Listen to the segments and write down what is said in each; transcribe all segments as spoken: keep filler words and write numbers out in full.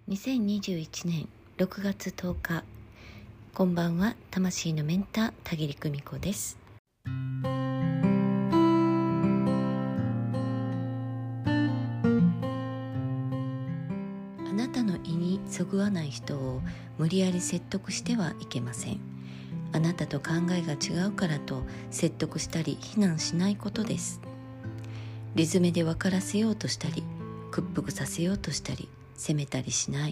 にせんにじゅういちねんろくがつとおか、こんばんは。魂のメンター田切久美子です。あなたの意にそぐわない人を無理やり説得してはいけません。あなたと考えが違うからと説得したり非難しないことです。理詰めで分からせようとしたり、屈服させようとしたり、責めたりしない。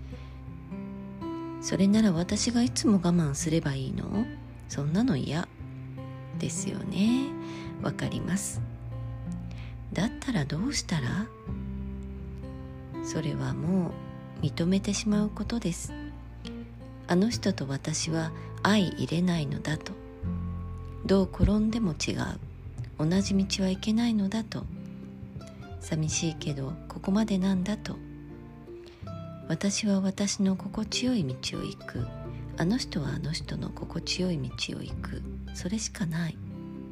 それなら私がいつも我慢すればいいの？そんなの嫌ですよね。わかります。だったらどうしたら？それはもう認めてしまうことです。あの人と私は相入れないのだと。どう転んでも違う。同じ道は行けないのだと。寂しいけどここまでなんだと。私は私の心地よい道を行く。あの人はあの人の心地よい道を行く。それしかない。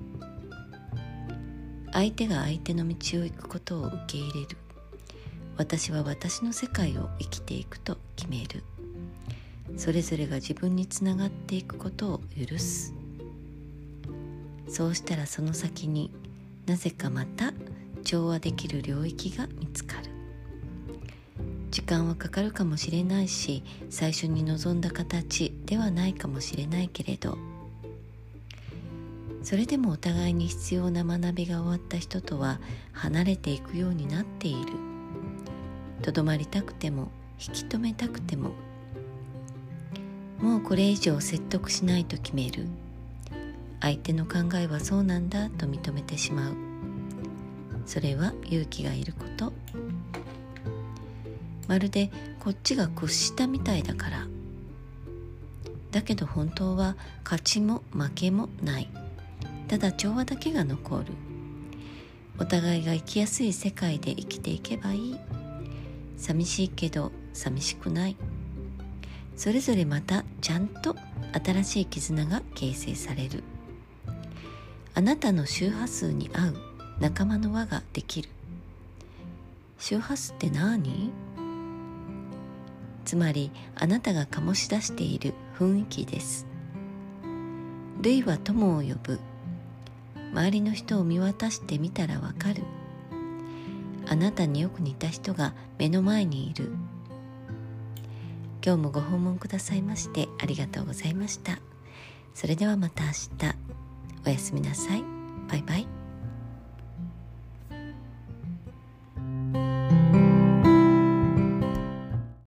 相手が相手の道を行くことを受け入れる。私は私の世界を生きていくと決める。それぞれが自分につながっていくことを許す。そうしたらその先になぜかまた調和できる領域が見つかる。時間はかかるかもしれないし、最初に望んだ形ではないかもしれないけれど、それでもお互いに必要な学びが終わった人とは離れていくようになっている。とどまりたくても引き止めたくても、もうこれ以上説得しないと決める。相手の考えはそうなんだと認めてしまう。それは勇気がいること。まるでこっちが屈したみたいだから。だけど本当は勝ちも負けもない。ただ調和だけが残る。お互いが生きやすい世界で生きていけばいい。寂しいけど寂しくない。それぞれまたちゃんと新しい絆が形成される。あなたの周波数に合う仲間の輪ができる。周波数って何？つまりあなたが醸し出している雰囲気です。類は友を呼ぶ。周りの人を見渡してみたらわかる。あなたによく似た人が目の前にいる。今日もご訪問くださいましてありがとうございました。それではまた明日。おやすみなさい。バイバイ。